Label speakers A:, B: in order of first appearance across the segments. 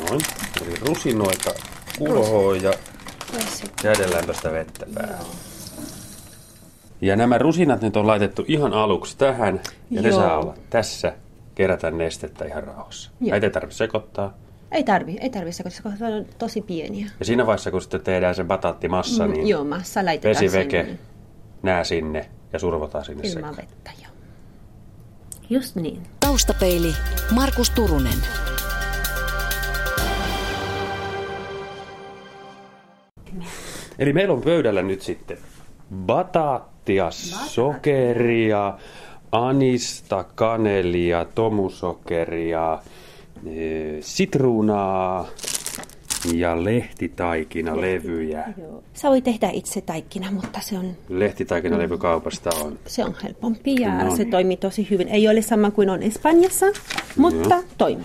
A: Noin. Eli rusinoita kuohoon ja jäädellämpöistä vettä päälle. Ja nämä rusinat nyt on laitettu ihan aluksi tähän. Ja ne saa olla tässä. Kerätä nestettä ihan rauhassa. Näitä ei tarvitse sekoittaa.
B: Ei tarvitse sekoittaa, koska se on tosi pieniä.
A: Ja siinä vaiheessa, kun sitten tehdään sen bataattimassa, niin
B: massa laitetaan
A: vesiveke,
B: sinne.
A: nää sinne ja survotaan sinne
B: ilman
A: sekaan.
B: vettä, joo. Just niin.
C: Taustapeili, Markus Turunen.
A: Eli meillä on pöydällä nyt sitten bataattia, sokeria, anista, kanelia, tomusokeria, sitruunaa ja lehtitaikina-levyjä.
B: Joo. Sä voi tehdä itse taikkina, mutta se on...
A: Lehtitaikina-levy kaupasta on.
B: Se on helpompi ja se toimii tosi hyvin. Ei ole sama kuin on Espanjassa, mutta toimii.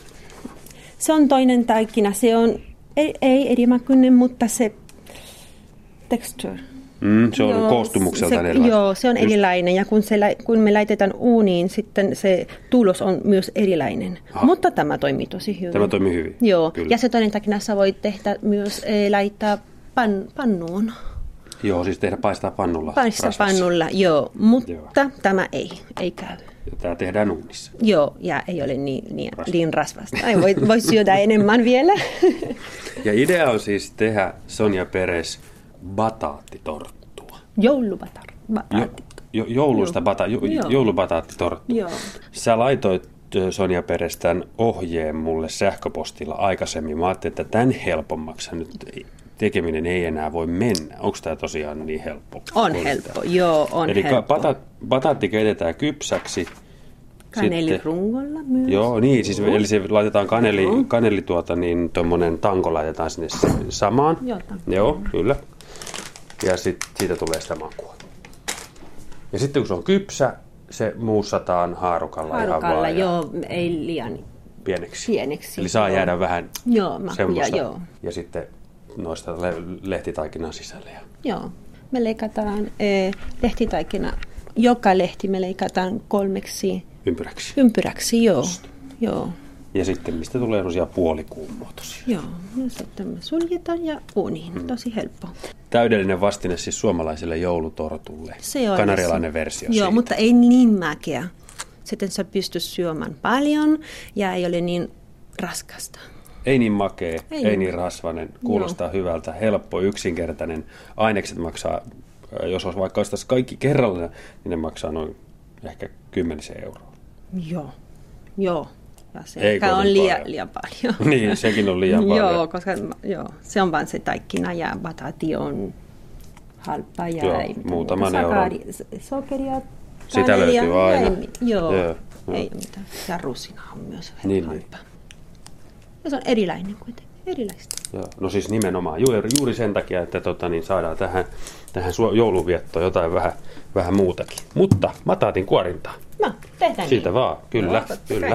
B: Se on toinen taikkina. Se on ei erimakuinen, mutta se texture.
A: Se on koostumukseltaan erilainen.
B: Joo, se on erilainen ja kun me laitetaan uuniin, sitten se tulos on myös erilainen. Mutta tämä toimii tosi hyvin.
A: Tämä toimii hyvin.
B: Joo,
A: kyllä.
B: ja se toinen taikina sä voit tehdä myös laittaa pannuun.
A: Joo, siis paistaa pannulla.
B: Paistaa pannulla, joo, mutta tämä ei käy.
A: Ja tämä tehdään uunissa.
B: Joo, ja ei ole niin rasvasta. Voi syödä enemmän vielä.
A: Ja idea on siis tehdä Sonja Perez bataattitorttua.
B: Joulubataatti.
A: Joulubataattitorttu.
B: Joo.
A: Sä laitoit Sonja Perez tämän ohjeen mulle sähköpostilla aikaisemmin. Mä ajattelin, että tämän helpommaksi nyt tekeminen ei enää voi mennä. Onko tämä tosiaan niin helppo?
B: On helppo, joo, on
A: eli
B: helppo.
A: Eli bataatti keitetään kypsäksi.
B: Kanelirungolla myös.
A: Joo, niin, siis eli se laitetaan kaneli tuommoinen tanko laitetaan sinne samaan. Joo, kyllä. Ja siitä tulee sitä makua. Ja sitten kun se on kypsä, se muussataan haarukalla ihan vaan.
B: Joo, ei liian
A: pieneksi. Eli saa jäädä vähän semmoista.
B: Joo.
A: Ja sitten noista lehtitaikinan sisälle.
B: Joo, me leikataan lehtitaikina. Joka lehti me leikataan 3 ympyräksi, joo.
A: Ja sitten mistä tulee sellaisia puolikuumuotoisia.
B: Joo, ja sitten me suljetaan ja uuniin. Tosi helppo.
A: Täydellinen vastine siis suomalaiselle joulutortulle.
B: Se on
A: kanarialainen versio siitä.
B: Joo, mutta ei niin mäkeä. Sitten sä pystyt syömään paljon ja ei ole niin raskasta.
A: Ei niin makea, ei niin rasvainen, kuulostaa hyvältä, helppo, yksinkertainen. Ainekset maksaa, jos olisi vaikka ostaisi kaikki kerralla, niin ne maksaa noin ehkä 10 euroa.
B: Joo. Ja se on liian paljon.
A: Niin, sekin on liian paljon.
B: Joo, koska se on vain se taikkina ja bataatti on halpa ja ei
A: muutaman euron.
B: Sokeria,
A: sitä löytyy aina.
B: Joo, ei mitään. Ja rusina on myös halpa. Ja se on erilainen kuitenkin, erilaista.
A: Joo, no siis nimenomaan juuri sen takia, että saadaan tähän jouluviettoon jotain vähän muutakin. Mutta bataatin kuorintaa.
B: No, tehdään
A: siitä
B: niin.
A: Vaan, kyllä, kyllä.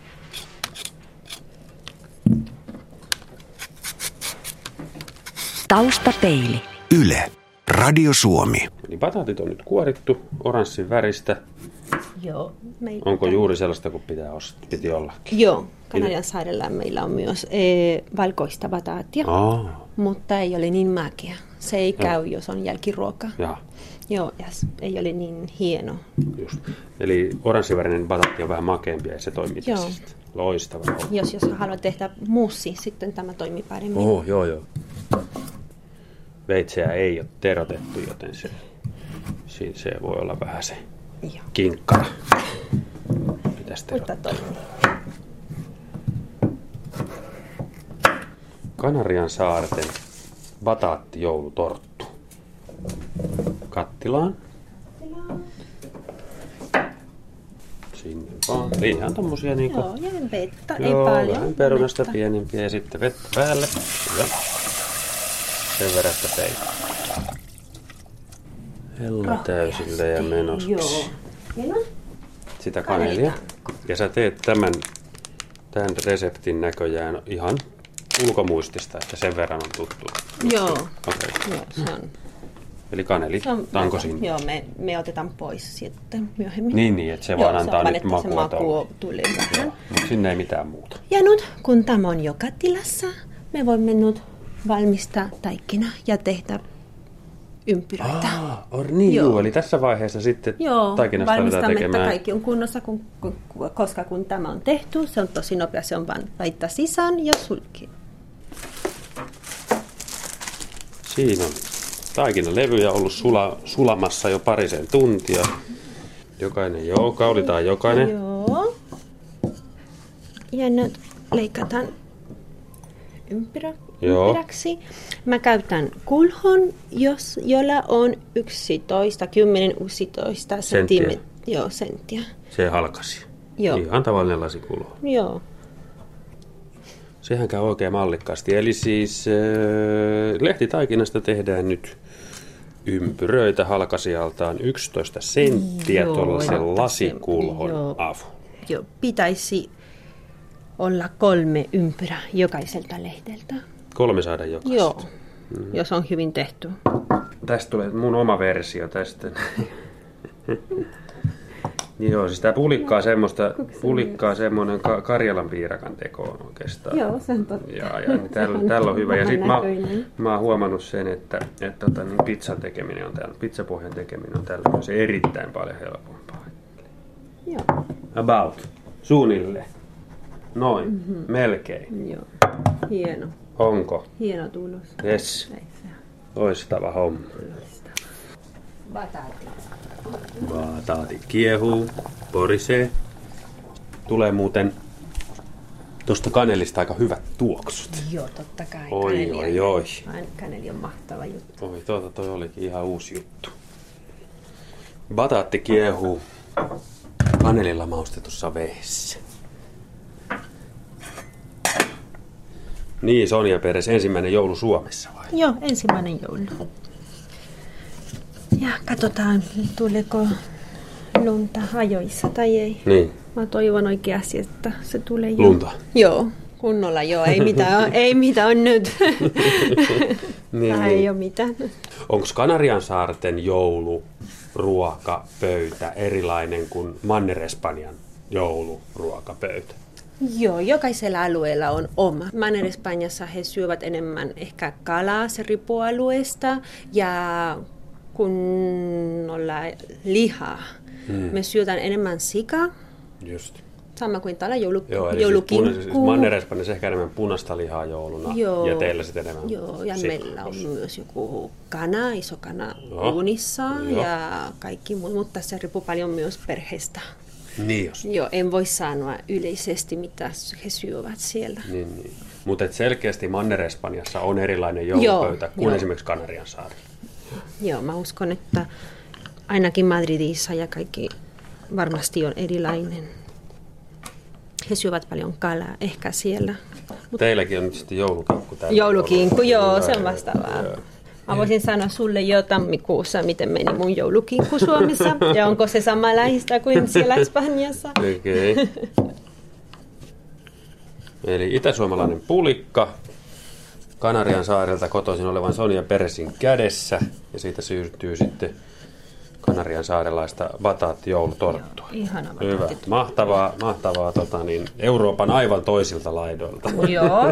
C: Taustapeili.
D: Yle. Radio Suomi.
A: Eli bataatit on nyt kuorittu oranssin väristä.
B: Joo.
A: Onko juuri sellaista, kun piti ollakin?
B: Joo. Kanarian saarella meillä on myös valkoista bataattia, mutta ei ole niin mäkeä. Se ei käy, jos on jälkiruoka. Joo, ja ei ole niin hieno.
A: Just. Eli oranssivärinen bataatti on vähän makeampi ja se toimii tässä. Loistavaa.
B: Jos haluat tehdä muussi, sitten tämä toimii paremmin.
A: Joo. Veitseä ei ole terotettu, joten se voi olla vähän se kinkkara. Pitäisi terottaa. Kanarian saarten bataattijoulutorttu. Kattilaan. Sinne vaan. Ihan tommosia niinku.
B: Joo, ja vettä, ei paljon.
A: Vähän perunasta pienempiä ja sitten vettä päälle. Hyvä. Sen verran sitä peittää. Hella täysille ja menoksi.
B: Joo.
A: Sitä kanelia. Ja sä teet tämän reseptin näköjään ihan ulkomuistista, että sen verran on tuttu.
B: Joo.
A: Okay.
B: Joo, se on.
A: Eli kaneli, tanko sinne.
B: Joo, me otetaan pois sitten myöhemmin.
A: Niin, että se vaan antaa nyt makua.
B: Se maku tulee vähän.
A: Mutta sinne ei mitään muuta.
B: Ja nyt, kun tämä on joka tilassa, me voimme nyt valmistaa taikinaa ja tehdä ympyröitä.
A: Joo. Eli tässä vaiheessa sitten taikinasta aletaan tekemään.
B: Että kaikki on kunnossa, koska kun tämä on tehty, se on tosi nopea, se on vain laittaa sisään ja sulki.
A: Siinä on taikinalevyjä ollut sulamassa jo parisen tuntia. Jokainen kaulitaan jokainen.
B: Joo. Ja nyt leikataan ympyräksi. Mä käytän kulhon, jolla on 10-11 senttiä.
A: Se halkasi.
B: Joo.
A: Ihan tavallinen lasikulho.
B: Joo.
A: Sehän käy oikein mallikkaasti. Eli siis lehtitaikinasta tehdään nyt ympyröitä halkasijaltaan 11 senttiä tuollaisen lasikulhon avulla.
B: Joo, pitäisi olla 3 ympyrää jokaiselta lehdeltä.
A: 3 saada jokaista.
B: Joo, jos on hyvin tehty.
A: Tästä tulee mun oma versio tästä. Joo, siis tää pulikkaa semmoinen Karjalan piirakan tekoon oikeastaan.
B: Joo, se on totta.
A: Ja niin tällä on hyvä. Ja sit mä oon huomannut sen, että pizzan tekeminen on täällä, pizzapohjan tekeminen on tällä myös erittäin paljon helpompaa.
B: Joo.
A: About. Suunnilleen. Noin. Melkein.
B: Joo. Hieno.
A: Onko?
B: Hieno tulos.
A: Yes. Loistava homma. Bataatit kiehuu, porisee. Tulee muuten tuosta kanelista aika hyvät tuoksut.
B: Joo, totta kai.
A: Oi.
B: Kaneli on mahtava juttu.
A: Oi, toi olikin ihan uusi juttu. Bataatti kiehuu kanelilla maustetussa vedessä. Niin, Sonja Peres, ensimmäinen joulu Suomessa vai?
B: Joo, ensimmäinen joulu. Ja katsotaan, tuleeko lunta ajoissa tai ei.
A: Niin.
B: Mä toivon oikeasti, että se tulee jo.
A: Lunta?
B: Joo, kunnolla joo. Ei mitään on nyt.
A: Niin.
B: Ei ole mitään.
A: Onko Kanariansaarten jouluruokapöytä erilainen kuin Manner-Espanjan jouluruokapöytä?
B: Joo, jokaisella alueella on oma. Manner-Espanjassa he syövät enemmän ehkä kalaa, se riippuu alueesta, ja kunnolla lihaa. Me syötään enemmän sikaa.
A: Just.
B: Sama kuin täällä
A: joulukinkku. Siis Manner-Espanjassa ehkä enemmän punaista lihaa jouluna. Joo. Ja teillä sitten enemmän.
B: Joo, ja meillä on myös joku kana, iso kana uunissa ja kaikki muu, mutta se riippuu paljon myös perheestä.
A: Niin just.
B: Joo, en voi sanoa yleisesti, mitä he syövät siellä.
A: Niin. Mutta selkeästi Manner-Espanjassa on erilainen joulupöytä kuin esimerkiksi Kanariansaarilla.
B: Joo, mä uskon, että ainakin Madridissa ja kaikki varmasti on erilainen. He syövät paljon kalaa, ehkä siellä.
A: Teilläkin on nyt sitten joulukinkku täällä.
B: Joulukinkku, joo, se on vastaavaa. Mä voisin sanoa sulle jo tammikuussa, miten meni mun joulukinkku Suomessa. Ja onko se samanlaista kuin siellä Espanjassa.
A: Okei. Eli itäsuomalainen pulikka. Kanariansaarelta kotoisin olevan Sonja Peresin kädessä. Ja siitä syntyy sitten kanariansaarelaista bataatti-joulutorttua.
B: Ihana
A: hyvä. Mahtavaa Euroopan aivan toisilta laidoilta.
B: Joo.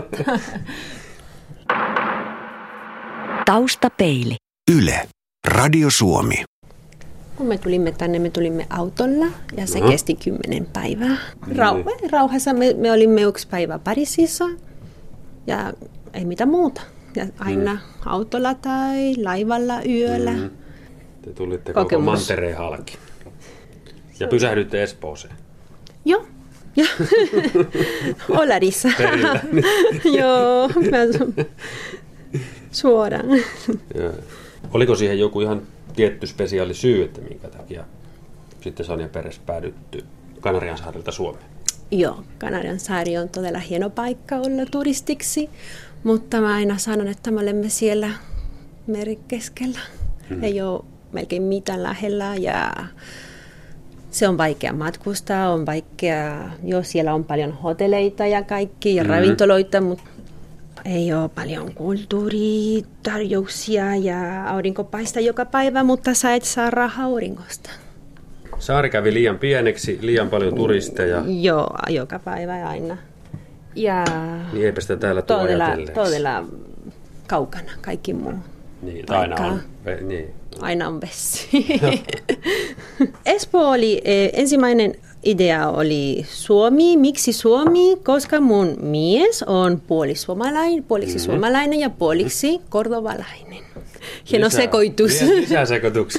C: Taustapeili.
D: Yle. Radio Suomi.
B: Kun me tulimme tänne, me tulimme autolla ja se kesti 10 päivää. Rauhassa me olimme 1 päivä Pariisissa ja ei mitään muuta. Ja aina autolla tai laivalla yöllä.
A: Te tulitte koko mantereen halki. Ja pysähdytte Espooseen.
B: Joo. Olarissa. Joo, suoraan.
A: Oliko siihen joku ihan tietty spesiaali syy, että minkä takia sitten Sonja Peres päädytty Kanariansaarelta Suomeen?
B: Joo, Kanariansaari on todella hieno paikka olla turistiksi, mutta mä aina sanon, että me olemme siellä meren keskellä. Ei ole melkein mitään lähellä ja se on vaikea matkustaa, on vaikea, siellä on paljon hotelleita ja kaikki ja ravintoloita, mutta ei ole paljon kulttuuritarjouksia ja aurinko paistaa joka päivä, mutta sä et saa rahaa auringosta.
A: Saari kävi liian pieneksi, liian paljon turisteja.
B: Joo, joka päivä aina. Ja
A: niin eipä sitä täällä tule ajatelleeksi.
B: Todella kaukana kaikki muu.
A: Niin, aina on. Niin.
B: Aina on vesi. Espoo oli ensimmäinen idea oli Suomi. Miksi Suomi? Koska mun mies on puoliksi suomalainen ja puoliksi kordovalainen. Hieno sekoitus.
A: Lisää sekoituksia.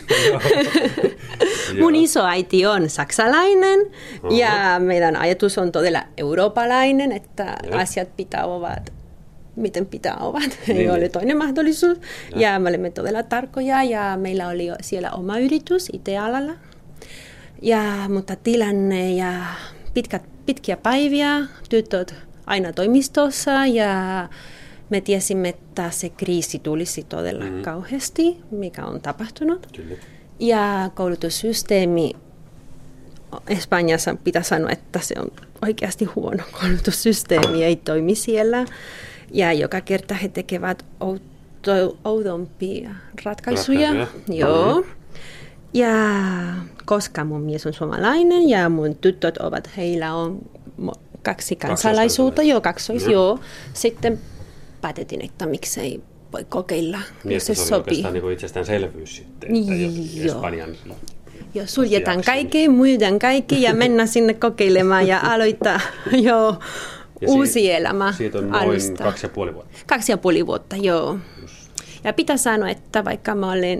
B: Mun isoäiti on saksalainen ja meidän ajatus on todella eurooppalainen, että asiat pitää olla miten pitää olla. Ei ole toinen mahdollisuus. Ja me olemme todella tarkkoja ja meillä oli siellä oma yritys IT-alalla. Mutta tilanne ja pitkiä päiviä, tytöt aina toimistossa ja me tiesimme, että se kriisi tulisi todella kauheasti, mikä on tapahtunut.
A: Kyllä.
B: Ja koulutussysteemi Espanjassa pitää sanoa, että se on oikeasti huono koulutussysteemi, ei toimi siellä. Ja joka kerta he tekevät oudompia ratkaisuja. Joo. Ja koska mun mies on suomalainen ja mun tytöt heillä on 2 kansalaisuutta, sitten päätettiin, että miksei voi kokeilla, jos se sopii.
A: Oikeastaan niin itsestäänselvyys sitten, että Espanjan...
B: Joo, suljetaan kaikki, myydään kaikki ja mennään sinne kokeilemaan ja aloittaa uusi elämä
A: siitä on noin 2,5 vuotta.
B: 2,5 vuotta, joo. Ja pitää sanoa, että vaikka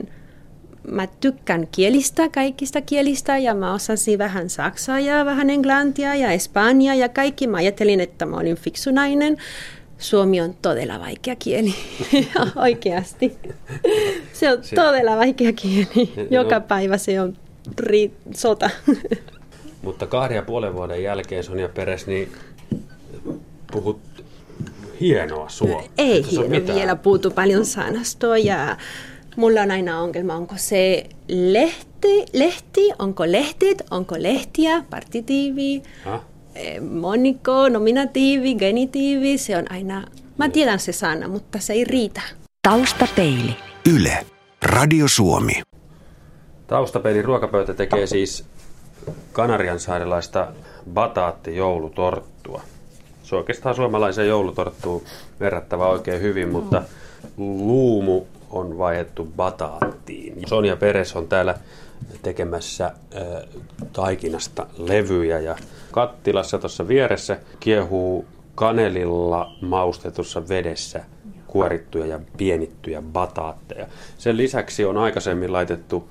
B: mä tykkään kaikista kielistä ja mä osasin vähän saksaa ja vähän englantia ja espanjaa ja kaikki. Mä ajattelin, että mä olin fiksu nainen. Suomi on todella vaikea kieli, oikeasti. Se on todella vaikea kieli. Joka päivä se on sota.
A: Mutta 2,5 vuoden jälkeen Sonja Peres, niin puhut hienoa suomea.
B: Ei vielä puutu paljon sanastoa ja mulla on aina ongelma, onko se lehti, onko lehtit, onko lehtiä, partitiivi, monikko, nominatiivi, genitiivi, se on aina, mä tiedän se sana, mutta se ei riitä.
C: Taustapeili.
D: Yle. Radio Suomi.
A: Taustapeilin ruokapöytä tekee siis kanariansaarelaista bataattijoulutorttua. Se on oikeastaan suomalaiseen joulutorttuun verrattava oikein hyvin, mutta luumu on vaihdettu bataattiin. Sonja Peres on täällä tekemässä taikinasta levyjä ja kattilassa tuossa vieressä kiehuu kanelilla maustetussa vedessä kuorittuja ja pienittyjä bataatteja. Sen lisäksi on aikaisemmin laitettu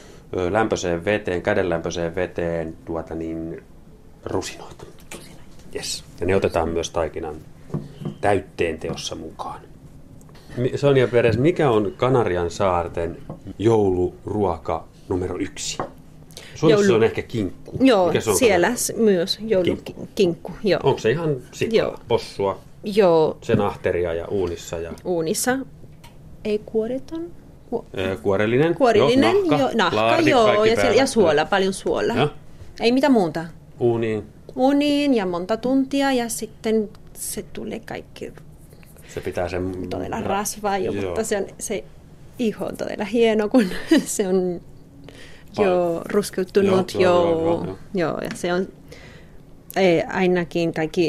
A: kädenlämpöiseen veteen rusinoita. Yes. Ja ne otetaan myös taikinan täytteen teossa mukaan. Sonja Peres, mikä on Kanariansaarten jouluruoka numero 1? Suomessa on ehkä kinkku.
B: Joo, siellä myös joulukinkku.
A: Onko se ihan sikaa, possua,
B: joo.
A: Sen ahteria ja uunissa?
B: Uunissa. Ei kuoreton.
A: Kuorellinen,
B: nahka, ja suola, paljon suola. Ja? Ei mitään muuta. Uuniin ja monta tuntia ja sitten se tulee kaikki.
A: Se pitää sen...
B: Todella rasvaa, mutta se iho on todella hieno, kun se on ruskeuttunut. Joo, ja se on ainakin kaikki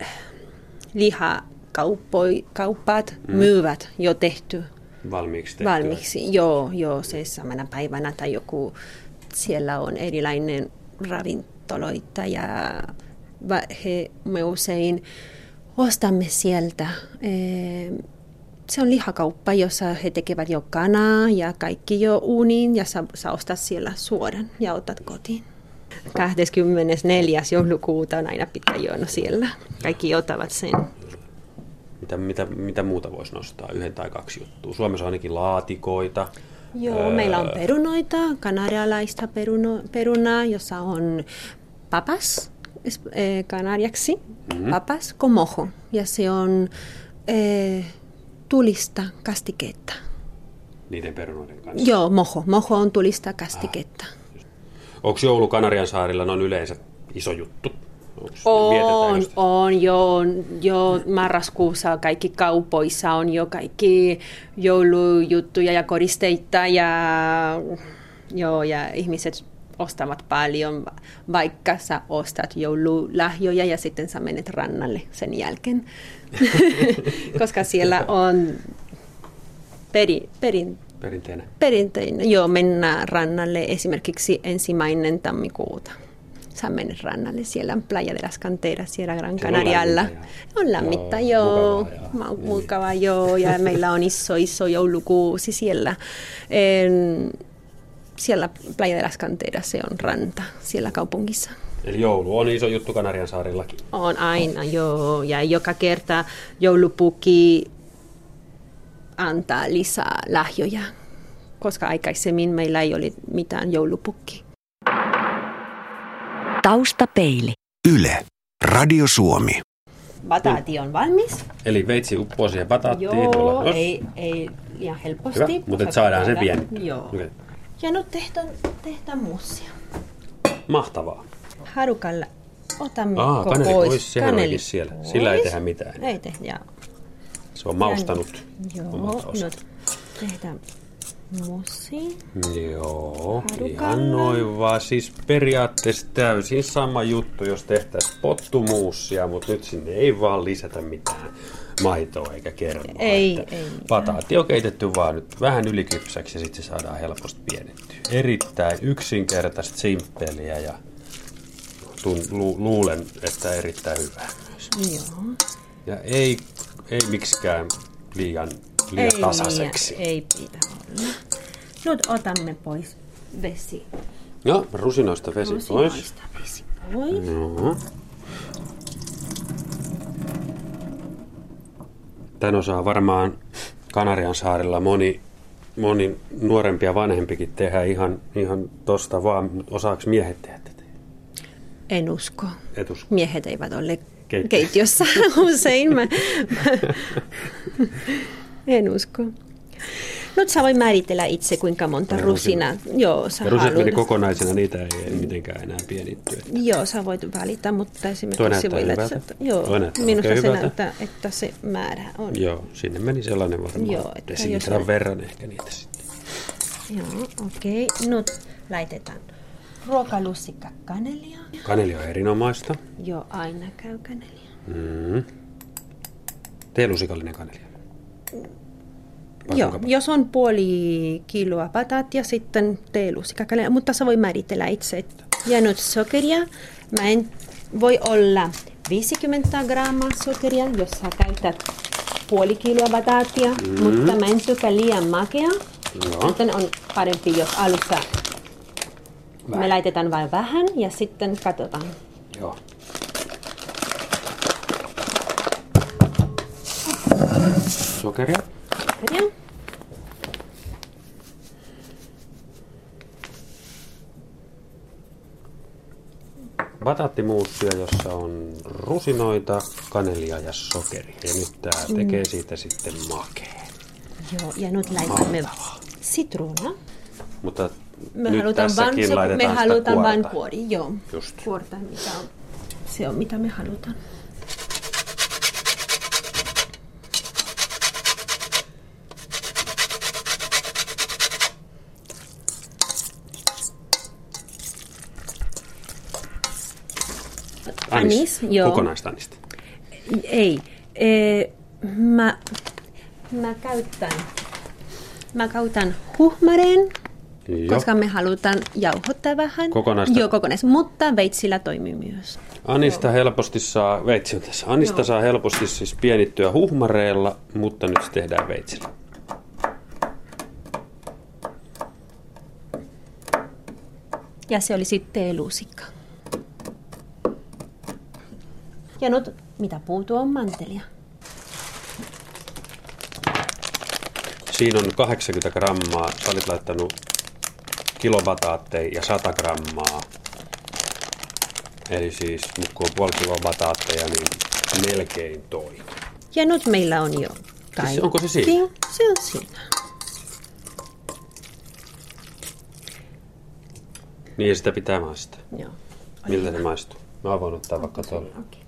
B: lihakauppat myyvät jo tehty. Valmiiksi, joo, se samana päivänä tai joku, siellä on erilainen ravintoloita ja me usein ostamme sieltä. Se on lihakauppa, jossa he tekevät jo kanaa ja kaikki jo uuniin ja sä ostat siellä suoraan ja otat kotiin. 24. joulukuuta on aina pitkä jono siellä. Kaikki otavat sen.
A: Mitä muuta voisi nostaa? 1 tai 2 juttua. Suomessa on ainakin laatikoita.
B: Joo, meillä on perunoita, kanarialaista perunaa, jossa on papas kanariaksi, papas con mojo. Ja se on tulista kastiketta.
A: Niiden perunoiden kanssa?
B: Joo, mojo. Mojo on tulista kastiketta.
A: Onko joulu Kanariansaarilla yleensä iso juttu?
B: On, jo marraskuussa kaikki kaupoissa on jo kaikki joulujuttuja ja koristeita ja ihmiset ostavat paljon, vaikka sä ostat joululahjoja ja sitten sä menet rannalle sen jälkeen, koska siellä on perinteinen. Joo, mennään rannalle esimerkiksi 1. tammikuuta. Sä menet rannalle, siellä on Playa de las Canteras, siellä Gran Canarialla. On lämmintä, joo. Mukavaa, joo. Ja meillä on iso joulukuusi siellä. Siellä Playa de las Canteras, se on ranta siellä kaupungissa.
A: Eli joulu on iso juttu Kanarian saarillakin.
B: On aina, joo. Ja joka kerta joulupukki antaa lisää lahjoja, koska aikaisemmin meillä ei ole mitään joulupukki.
C: Taustapeili.
D: Yle. Radio Suomi.
B: Bataatti on valmis.
A: Eli veitsi uppoo siihen bataattiin.
B: Joo, ei liian helposti.
A: Hyvä, mutta saadaan se pieni.
B: Joo.
A: Okay.
B: Ja nyt tehdään muussia.
A: Mahtavaa.
B: Harukalla otamme
A: kaneli
B: pois.
A: Sehän olikin siellä.
B: Pois.
A: Sillä ei tehdä mitään.
B: Ei tehdä, joo.
A: Se on maustanut.
B: Joo, nyt tehdään muussia.
A: Joo, ihan noin vaan. Siis periaatteessa täysin sama juttu, jos tehtäisiin pottumuussia, mutta nyt sinne ei vaan lisätä mitään maitoa eikä kermaa.
B: Ei.
A: Bataatti on keitetty vaan nyt vähän ylikypsäksi ja sitten se saadaan helposti pienettyä. Erittäin yksinkertaista, simppeliä ja luulen, että erittäin hyvää myös.
B: Joo.
A: Ja ei miksikään liian tasaiseksi.
B: Ei pitää olla. Nyt otamme pois vesi.
A: Joo, rusinoista vesi pois. No. Tän osaa varmaan Kanarian saarilla moni nuorempi ja vanhempikin tehdä ihan tosta vaan. Osaako miehet tehdä tätä?
B: En usko.
A: Et usko.
B: Miehet eivät ole keittiössä usein. En usko. Nyt sä voi määritellä itse, kuinka monta rusinaa. Joo, sä
A: rusinat meni kokonaisena, niitä ei mitenkään enää pienittyä.
B: Joo, sä voit valita, mutta esimerkiksi voi
A: hyvältä.
B: Joo, minusta se näyttää, että se määrä on.
A: Joo, sinne meni sellainen varmaan.
B: Joo,
A: desilitran verran ehkä niitä sitten.
B: Joo, okei. Nyt laitetaan ruokalusikka kanelia.
A: Kaneli on erinomaista.
B: Joo, aina käy kanelia.
A: Teelusikallinen kanelia.
B: Joo, jos on puoli kiloa bataattia, sitten teelusikkakaneli, mutta sä voi määritellä itse. Ja nyt sokeria. Mä en voi olla 50 grammaa sokeria, jos sä käytät puoli kiloa bataattia, mutta mä en tykkää liian makea. Sitten on parempi, jos alussa me laitetaan vain vähän ja sitten katsotaan.
A: Joo. Sokeria. Bataattimuussia, jossa on rusinoita, kanelia ja sokeria. Ja nyt tää tekee siitä sitten makeen.
B: Joo, ja nyt laitamme sitruuna.
A: Mutta
B: me
A: nyt tässäkin laitetaan
B: me halutaan vain kuori. Joo,
A: just.
B: Kuorta, se on mitä me halutaan.
A: Anis, joo. Kokonaista anista?
B: Ei. Mä käytän huhmareen, koska me halutaan jauhottaa vähän.
A: Kokonaista?
B: Joo, kokonaista, mutta veitsillä toimii myös.
A: Anista helposti saa, veitsi on tässä. Anista saa helposti siis pienittyä huhmareella, mutta nyt se tehdään veitsillä.
B: Ja se oli sitten teelusikka. Ja nyt mitä puutuu on mantelia.
A: Siinä on 80 grammaa. Sä olit laittanut kilobataatteja ja 100 grammaa. Eli siis nyt kun on puoli kiloa bataatteja, niin melkein toi.
B: Ja nyt meillä on jo kaikki.
A: Siis onko se siinä?
B: Se on siinä.
A: Niin ja sitä pitää maistaa.
B: Joo.
A: Miltä se maistuu? Mä voin ottaa vaikka tuolla. Okay.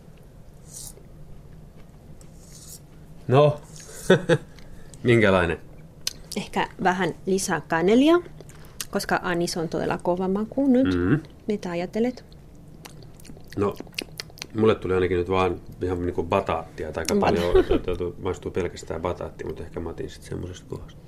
A: No, minkälainen?
B: Ehkä vähän lisää kanelia, koska anis on todella kova maku nyt. Mitä ajattelet?
A: No, mulle tuli ainakin nyt vaan ihan niin kuin bataattia. Tai aika paljon maistuu pelkästään bataattia, mutta ehkä mä otin sitten semmoisesta kohdasta.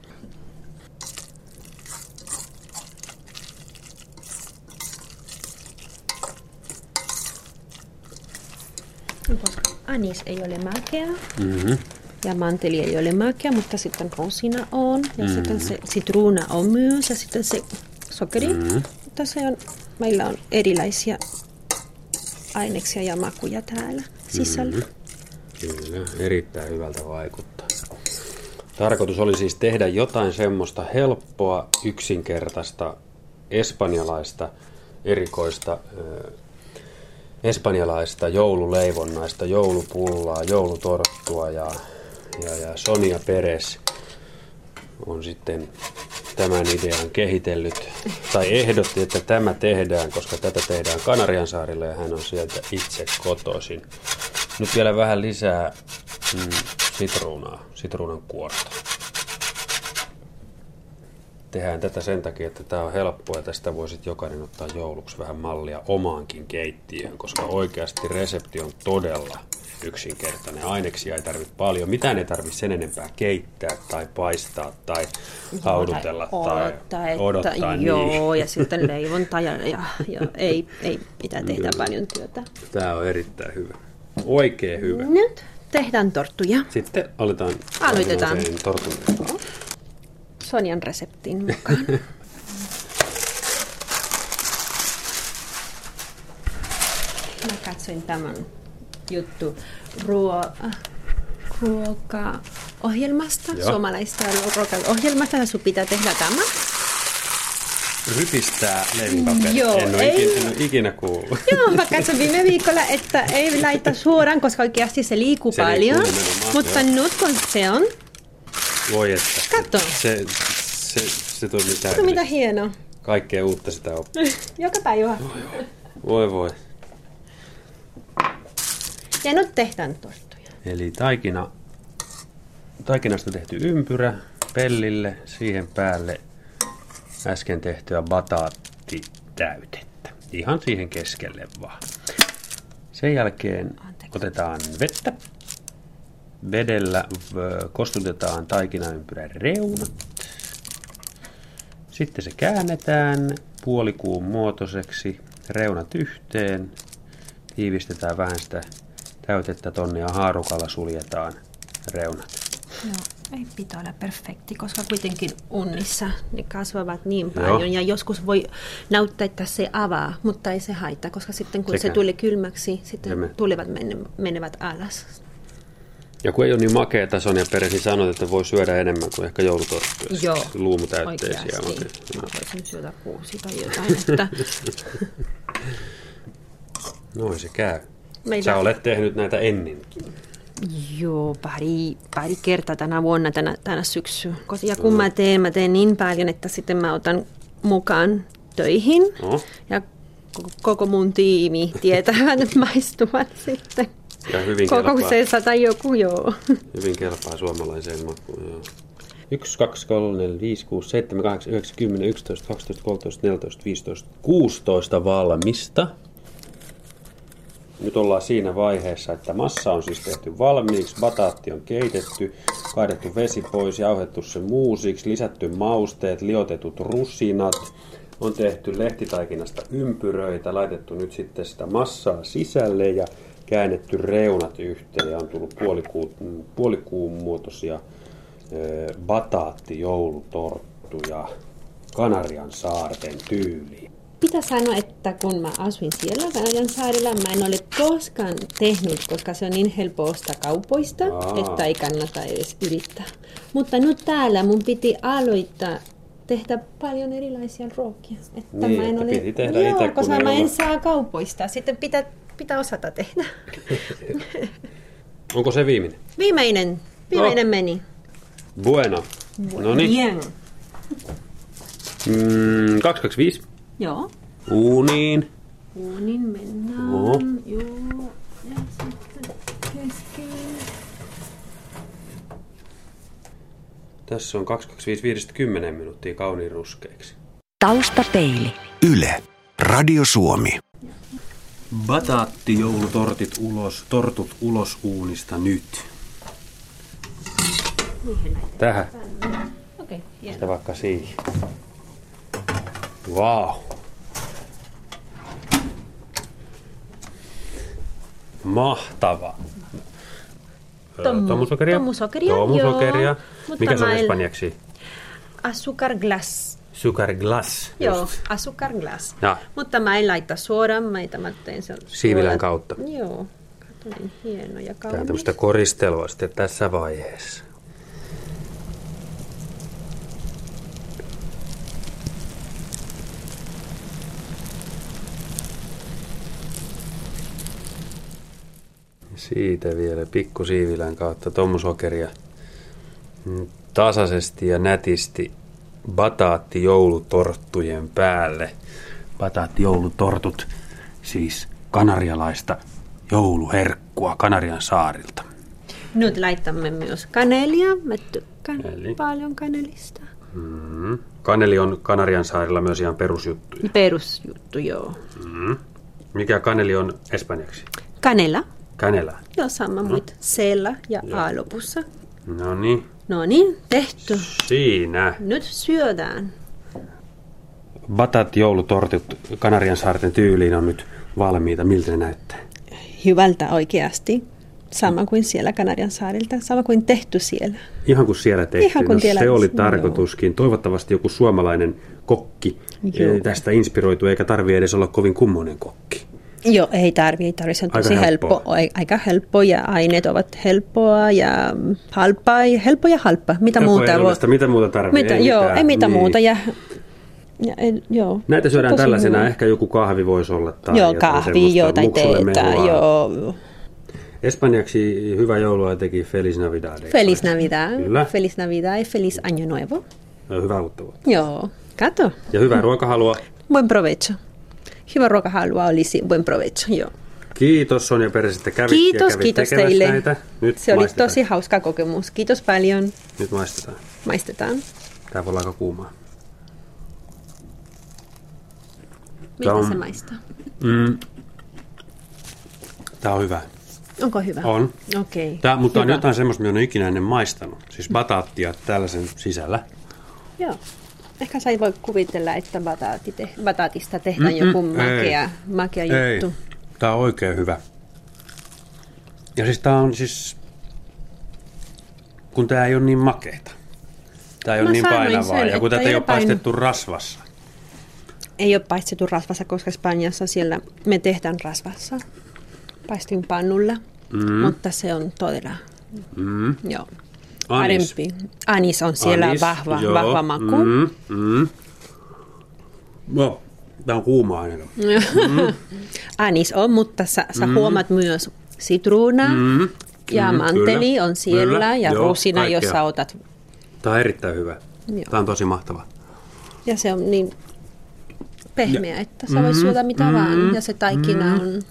B: Koska anis ei ole makea ja manteli ei ole makea, mutta sitten rosina on ja sitten se sitruuna on myös ja sitten se sokeri. Mutta meillä on erilaisia aineksia ja makuja täällä sisällä.
A: Kyllä, erittäin hyvältä vaikuttaa. Tarkoitus oli siis tehdä jotain semmoista helppoa, yksinkertaista, espanjalaista, erikoista espanjalaista joululeivonnaista, joulupullaa, joulutorttua ja Sonia Perez on sitten tämän idean kehitellyt tai ehdotti, että tämä tehdään, koska tätä tehdään Kanariansaarilla ja hän on sieltä itse kotoisin. Nyt vielä vähän lisää sitruunan kuorta. Tehdään tätä sen takia, että tämä on helppoa ja tästä voisit jokainen ottaa jouluksi vähän mallia omaankin keittiöön, koska oikeasti resepti on todella yksinkertainen. Aineksia ei tarvitse paljon. Mitään ei tarvitse sen enempää keittää tai paistaa tai haudutella tai odottaa.
B: Joo, ja sitten leivonta ja ei pitää tehdä paljon työtä.
A: Tämä on erittäin hyvä. Oikein hyvä.
B: Nyt tehdään torttuja.
A: Sitten
B: aloitetaan
A: tortun.
B: Sonian reseptiin mukaan. Mä katsoin tämän juttu ruokaohjelmasta, suomalaista ruokaohjelmasta, ja sun pitää tehdä tämä.
A: Rypistää leivinpaperia.
B: Joo,
A: en ole ikinä kuullut.
B: Joo, mä katson viime viikolla, että ei laita suoraan, koska oikeasti se liikkuu paljon. Mutta nyt kun se on...
A: Voi että.
B: Katso.
A: Se toimii täydellisesti.
B: Katso mitä hienoa.
A: Kaikkea uutta sitä oppii.
B: Joka päivä.
A: Voi.
B: Ja nyt tehdään torttuja.
A: Eli taikinasta tehty ympyrä pellille, siihen päälle äsken tehtyä bataattitäytettä. Ihan siihen keskelle vaan. Sen jälkeen otetaan vettä. Vedellä kostutetaan taikinaympyrän reunat. Sitten se käännetään puolikuun muotoiseksi, reunat yhteen. Tiivistetään vähän sitä täytettä tonne ja haarukalla suljetaan reunat.
B: Joo, ei pitää olla perfekti, koska kuitenkin unnissa ne kasvavat niin paljon. Joo. Ja joskus voi näyttää, että se avaa, mutta ei se haittaa, koska sitten kun se tulee kylmäksi, sitten menevät alas.
A: Ja kun ei ole niin makeata Sonia Perez, niin sanoit, että voi syödä enemmän kuin ehkä joulutorttuja.
B: Joo,
A: luumutäytteisiä.
B: Oikeasti. Mä voisin syödä 6 tai jotain. Että...
A: Noin se käy. Sä olet tehnyt näitä ennenkin.
B: Joo, pari kertaa tänä vuonna, tänä syksyä. Ja kun mä teen niin paljon, että sitten mä otan mukaan töihin. Ja koko mun tiimi tietää, että maistuvat sitten.
A: Ja hyvin
B: kokouksessa tai joku, joo.
A: Hyvin kelpaa suomalaiseen makuun, joo. 1, 2, 3, 4, 5, 6, 7, 8, 9, 10, 11, 12, 13, 14, 15, 16 valmista. Nyt ollaan siinä vaiheessa, että massa on siis tehty valmiiksi, bataatti on keitetty, kaadettu vesi pois, jauhettu se muusiksi, lisätty mausteet, liotetut rusinat, on tehty lehtitaikinasta ympyröitä, laitettu nyt sitten sitä massaa sisälle ja käännetty reunat yhteen ja on tullut puolikuun muotoisia bataattijoulutorttuja Kanariansaarten tyyliin.
B: Pitää sanoa, että kun mä asuin siellä Kanariansaarilla, mä en ole koskaan tehnyt, koska se on niin helppo ostaa kaupoista, että ei kannata edes yrittää. Mutta nyt täällä mun piti aloittaa tehdä paljon erilaisia ruokia. Että
A: niin,
B: mä en ole...
A: piti tehdä itse,
B: koska mä en saa kaupoista. Sitten pitää osata tehdä.
A: Onko se viimeinen?
B: Viimeinen meni.
A: Bueno. No niin. 225.
B: Joo.
A: Uuniin.
B: Uuniin mennään. Joo. Ja sitten keskeen.
A: Tässä on 225-10 minuuttia kauniin ruskeiksi.
C: Taustapeili.
D: Yle, Radio Suomi.
A: Bataattijoulutortut ulos uunista nyt. Tähän.
B: Okei, hieno.
A: Sitä vaikka siihen. Vau. Mahtava. Tomusokeria.
B: Tomusokeria.
A: Mikä se on espanjaksi?
B: Azúcar glass.
A: Sugar glass.
B: Joo, azúcar glass.
A: Ja.
B: Mutta mä en laita suoraan, mä tein sen
A: siivilän kautta.
B: Joo, kato niin hieno ja kaunis.
A: Tää on tämmöistä koristelua sitten tässä vaiheessa. Siitä vielä pikku siivilän kautta tomusokeria tasaisesti ja nätisti bataattijoulutorttujen päälle. Bataattijoulutortut, siis kanarialaista jouluherkkua Kanarian saarilta.
B: Nyt laitamme myös kanelia. Mä tykkään paljon kanelista.
A: Kaneli on Kanarian saarilla myös ihan perusjuttuja.
B: Perusjuttu, joo.
A: Mikä kaneli on espanjaksi?
B: Canela.
A: Canela.
B: Joo, sama muita. Sella ja A lopussa.
A: No niin.
B: No niin, tehty.
A: Siinä.
B: Nyt syödään.
A: Bataattijoulutortit Kanarian saarten tyyliin on nyt valmiita. Miltä ne näyttää?
B: Hyvältä oikeasti. Sama kuin siellä Kanarian saarilta. Sama kuin tehty siellä.
A: Ihan kuin siellä tehty.
B: Ihan kuin
A: se oli tarkoituskin. Toivottavasti joku suomalainen kokki tästä inspiroitu, eikä tarvitse edes olla kovin kummonen kokki.
B: Joo, ei tarvitse. Se on tosi aika helppo ja aineet ovat helppoa ja halpaa. Helppo ja halppa. Mitä muuta
A: tarvitsee?
B: Ei mitään muuta. Joo.
A: Näitä syödään tällaisena. Hyvä. Ehkä joku kahvi voisi olla.
B: Joo, kahvi tai teetä. Joo.
A: Espanjaksi hyvää joulua teki Feliz Navidad.
B: Feliz Navidad. Kyllä. Feliz Navidad ja Feliz Año Nuevo.
A: Hyvää uutta vuotta.
B: Joo, kato.
A: Ja hyvää ruokahalua.
B: Buen provecho. Hyvä ruokahalua olisi buen provecho, joo.
A: Kiitos Sonja Peres, että kävit
B: teille.
A: Näitä. Nyt
B: se oli tosi hauska kokemus. Kiitos paljon.
A: Nyt maistetaan.
B: Maistetaan.
A: Tää voi olla aika kuumaa.
B: Miltä se maistaa?
A: Tää on hyvä.
B: Onko hyvä?
A: On.
B: Okei.
A: Mutta hyvä. On jotain semmoista, mitä en ole ikinä ennen maistanut. Siis bataattia tällaisen sisällä.
B: Joo. Ehkä sä voi kuvitella, että bataatista tehdään joku makea juttu.
A: Ei. Tää on oikein hyvä. Ja siis tää on kun tää ei ole niin makeeta. Tää ei ole niin painavaa. Ja kun tätä ei ole paistettu rasvassa.
B: Ei ole paistettu rasvassa, koska Espanjassa siellä me tehdään rasvassa. Paistinpannulla. Mutta se on todella joo. Parempi. Anis on siellä vahva maku.
A: No, tämä on kuumaa aina.
B: Anis on, mutta sä huomaat myös sitruuna ja manteli on siellä kyllä, ja rusina, jos sä otat.
A: Tämä on erittäin hyvä. Joo. Tämä on tosi mahtava.
B: Ja se on niin pehmeä, että sä voit syödä mitä vaan. Ja se taikina on.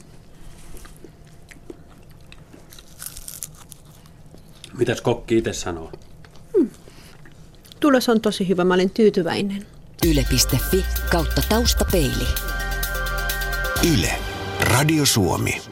A: Mitäs kokki itse sanoo?
B: Tulos on tosi hyvä, mä olen tyytyväinen.
C: Yle.fi/taustapeili.
D: Yle, Radio Suomi.